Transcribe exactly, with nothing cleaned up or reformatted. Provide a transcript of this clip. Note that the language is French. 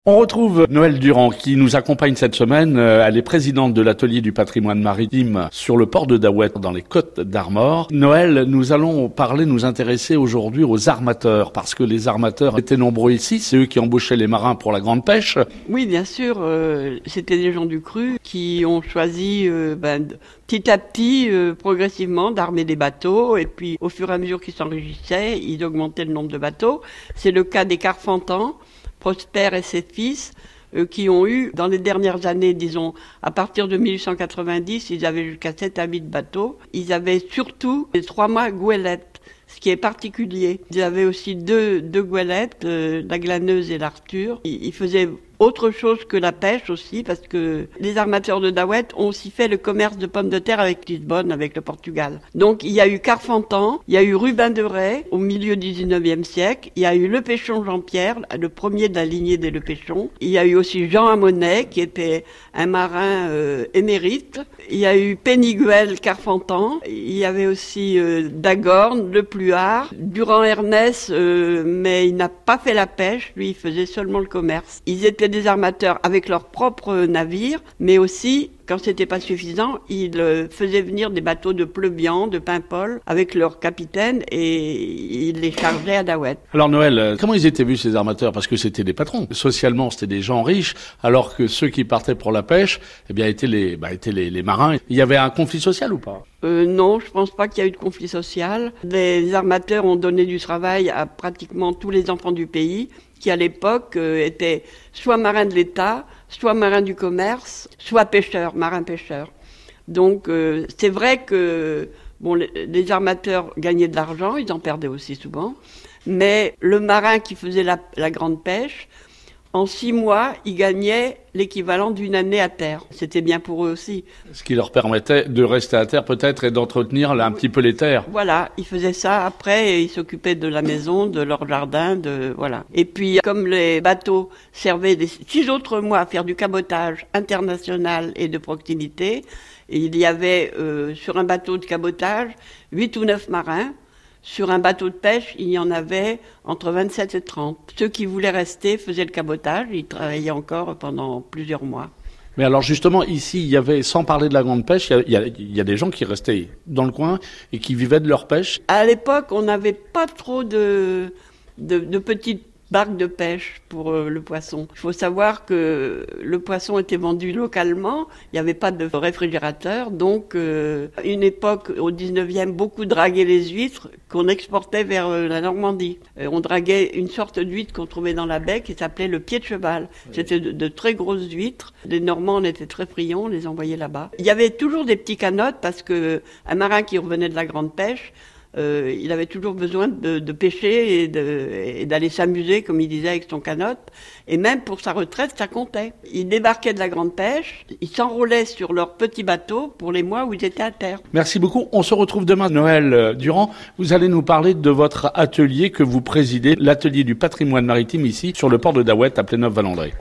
On retrouve Noëlle Durand qui nous accompagne cette semaine. Elle est présidente de l'atelier du patrimoine maritime sur le port de Daouet dans les Côtes d'Armor. Noëlle, nous allons parler, nous intéresser aujourd'hui aux armateurs parce que les armateurs étaient nombreux ici. C'est eux qui embauchaient les marins pour la grande pêche. Oui, bien sûr. Euh, c'était des gens du cru qui ont choisi euh, ben, petit à petit, euh, progressivement, d'armer des bateaux. Et puis, au fur et à mesure qu'ils s'enrichissaient, ils augmentaient le nombre de bateaux. C'est le cas des Carfentans, Prosper et ses fils, euh, qui ont eu, dans les dernières années, disons, à partir de mille huit cent quatre-vingt-dix, ils avaient jusqu'à sept à huit bateaux. Ils avaient surtout les trois mâts goélettes, ce qui est particulier. Ils avaient aussi deux, deux goélettes, euh, la glaneuse et l'Arthur. Ils, ils faisaient autre chose que la pêche aussi, parce que les armateurs de Daouet ont aussi fait le commerce de pommes de terre avec Lisbonne, avec le Portugal. Donc il y a eu Carfentan, il y a eu Rubin de Rais au milieu du dix-neuvième siècle, il y a eu Le Pêchon Jean-Pierre, le premier de la lignée des Le Pêchon. Il y a eu aussi Jean Amonet, qui était un marin euh, émérite. Il y a eu Péniguel Carfentan, il y avait aussi euh, Dagorn, Le Pluard, Durand-Ernest, euh, mais il n'a pas fait la pêche, lui il faisait seulement le commerce. Ils étaient des armateurs avec leurs propres navires, mais aussi, quand c'était pas suffisant, ils euh, faisaient venir des bateaux de Pleubian, de Paimpol, avec leur capitaine, et ils les chargeaient à Daouet. Alors Noëlle, comment ils étaient vus ces armateurs? Parce que c'était des patrons. Socialement, c'était des gens riches, alors que ceux qui partaient pour la pêche, eh bien, étaient les, bah, étaient les, les marins. Il y avait un conflit social ou pas? Euh, non, je pense pas qu'il y a eu de conflit social. Les armateurs ont donné du travail à pratiquement tous les enfants du pays, qui à l'époque euh, étaient soit marins de l'État, soit marins du commerce, soit pêcheurs, marins-pêcheurs. Donc euh, c'est vrai que bon, les, les armateurs gagnaient de l'argent, ils en perdaient aussi souvent, mais le marin qui faisait la, la grande pêche, en six mois, ils gagnaient l'équivalent d'une année à terre. C'était bien pour eux aussi. Ce qui leur permettait de rester à terre peut-être et d'entretenir là, un oui. petit peu les terres. Voilà, ils faisaient ça après et ils s'occupaient de la maison, de leur jardin, de voilà. Et puis comme les bateaux servaient des six autres mois à faire du cabotage international et de proximité, il y avait euh, sur un bateau de cabotage huit ou neuf marins. Sur un bateau de pêche, il y en avait entre vingt-sept et trente. Ceux qui voulaient rester faisaient le cabotage, ils travaillaient encore pendant plusieurs mois. Mais alors justement, ici, il y avait, sans parler de la grande pêche, il y a, il y a des gens qui restaient dans le coin et qui vivaient de leur pêche. À l'époque, on n'avait pas trop de, de, de petites barques de pêche pour euh, le poisson. Il faut savoir que le poisson était vendu localement, il n'y avait pas de réfrigérateur, donc euh, une époque au dix-neuvième, beaucoup draguaient les huîtres qu'on exportait vers euh, la Normandie. Euh, on draguait une sorte d'huître qu'on trouvait dans la baie qui s'appelait le pied de cheval. Oui. C'était de, de très grosses huîtres. Les Normands en étaient très friands, on les envoyait là-bas. Il y avait toujours des petits canottes parce que un marin qui revenait de la grande pêche, Euh, il avait toujours besoin de, de pêcher et, de, et d'aller s'amuser, comme il disait, avec son canotte. Et même pour sa retraite, ça comptait. Ils débarquaient de la grande pêche, ils s'enrôlaient sur leur petit bateau pour les mois où ils étaient à terre. Merci beaucoup. On se retrouve demain. Noëlle Durand, vous allez nous parler de votre atelier que vous présidez, l'atelier du patrimoine maritime ici, sur le port de Daouet à Plénov-Valandré.